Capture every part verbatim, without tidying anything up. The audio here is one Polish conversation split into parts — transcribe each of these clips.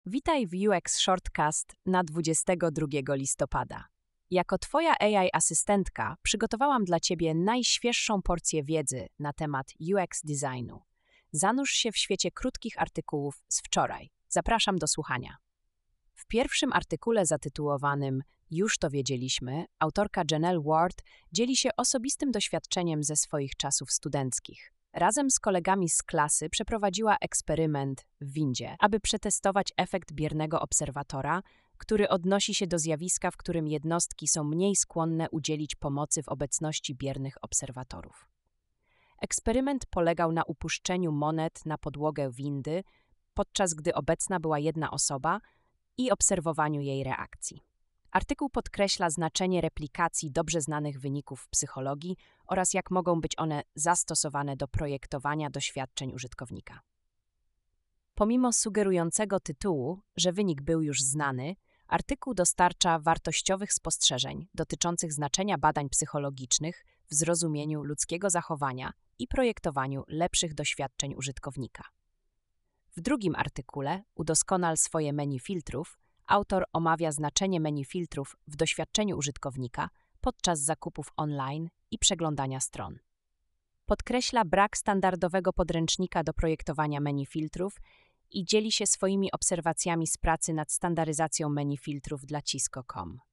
Witaj w U X Shortcast na dwudziestego drugiego listopada. Jako Twoja A I asystentka przygotowałam dla Ciebie najświeższą porcję wiedzy na temat U X designu. Zanurz się w świecie krótkich artykułów z wczoraj. Zapraszam do słuchania. W pierwszym artykule zatytułowanym Już to wiedzieliśmy, autorka Janelle Ward dzieli się osobistym doświadczeniem ze swoich czasów studenckich. Razem z kolegami z klasy przeprowadziła eksperyment w windzie, aby przetestować efekt biernego obserwatora, który odnosi się do zjawiska, w którym jednostki są mniej skłonne udzielić pomocy w obecności biernych obserwatorów. Eksperyment polegał na upuszczeniu monet na podłogę windy, podczas gdy obecna była jedna osoba, i obserwowaniu jej reakcji. Artykuł podkreśla znaczenie replikacji dobrze znanych wyników w psychologii oraz jak mogą być one zastosowane do projektowania doświadczeń użytkownika. Pomimo sugerującego tytułu, że wynik był już znany, artykuł dostarcza wartościowych spostrzeżeń dotyczących znaczenia badań psychologicznych w zrozumieniu ludzkiego zachowania i projektowaniu lepszych doświadczeń użytkownika. W drugim artykule Udoskonal swoje menu filtrów autor omawia znaczenie menu filtrów w doświadczeniu użytkownika podczas zakupów online i przeglądania stron. Podkreśla brak standardowego podręcznika do projektowania menu filtrów i dzieli się swoimi obserwacjami z pracy nad standaryzacją menu filtrów dla Cisco kropka com.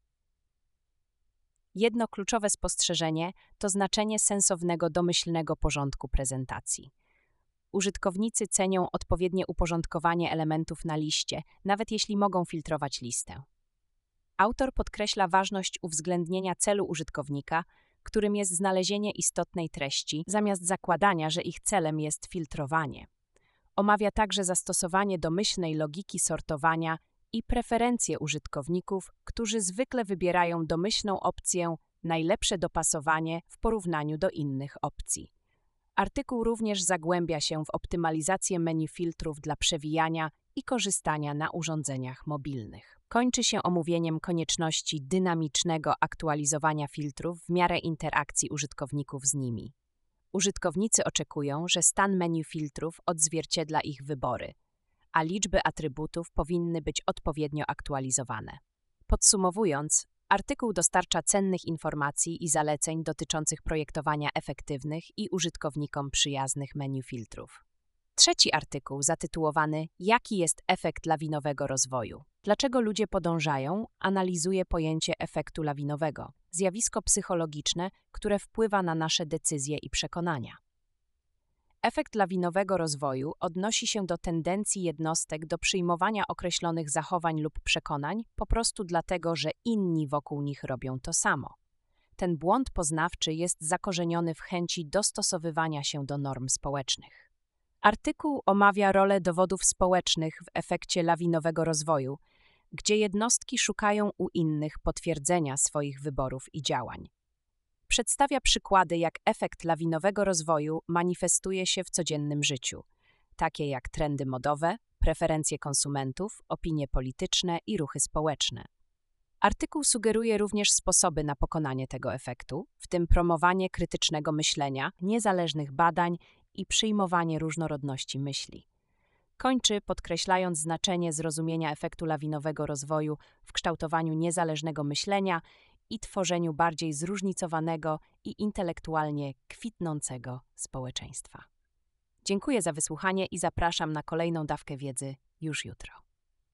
Jedno kluczowe spostrzeżenie to znaczenie sensownego, domyślnego porządku prezentacji. Użytkownicy cenią odpowiednie uporządkowanie elementów na liście, nawet jeśli mogą filtrować listę. Autor podkreśla ważność uwzględnienia celu użytkownika, którym jest znalezienie istotnej treści, zamiast zakładania, że ich celem jest filtrowanie. Omawia także zastosowanie domyślnej logiki sortowania i preferencje użytkowników, którzy zwykle wybierają domyślną opcję najlepsze dopasowanie w porównaniu do innych opcji. Artykuł również zagłębia się w optymalizację menu filtrów dla przewijania i korzystania na urządzeniach mobilnych. Kończy się omówieniem konieczności dynamicznego aktualizowania filtrów w miarę interakcji użytkowników z nimi. Użytkownicy oczekują, że stan menu filtrów odzwierciedla ich wybory, a liczby atrybutów powinny być odpowiednio aktualizowane. Podsumowując, artykuł dostarcza cennych informacji i zaleceń dotyczących projektowania efektywnych i użytkownikom przyjaznych menu filtrów. Trzeci artykuł zatytułowany Jaki jest efekt lawinowego rozwoju? Dlaczego ludzie podążają? Analizuje pojęcie efektu lawinowego, zjawisko psychologiczne, które wpływa na nasze decyzje i przekonania. Efekt lawinowego rozwoju odnosi się do tendencji jednostek do przyjmowania określonych zachowań lub przekonań po prostu dlatego, że inni wokół nich robią to samo. Ten błąd poznawczy jest zakorzeniony w chęci dostosowywania się do norm społecznych. Artykuł omawia rolę dowodów społecznych w efekcie lawinowego rozwoju, gdzie jednostki szukają u innych potwierdzenia swoich wyborów i działań. Przedstawia przykłady, jak efekt lawinowego rozwoju manifestuje się w codziennym życiu, takie jak trendy modowe, preferencje konsumentów, opinie polityczne i ruchy społeczne. Artykuł sugeruje również sposoby na pokonanie tego efektu, w tym promowanie krytycznego myślenia, niezależnych badań i przyjmowanie różnorodności myśli. Kończy podkreślając znaczenie zrozumienia efektu lawinowego rozwoju w kształtowaniu niezależnego myślenia i tworzeniu bardziej zróżnicowanego i intelektualnie kwitnącego społeczeństwa. Dziękuję za wysłuchanie i zapraszam na kolejną dawkę wiedzy już jutro.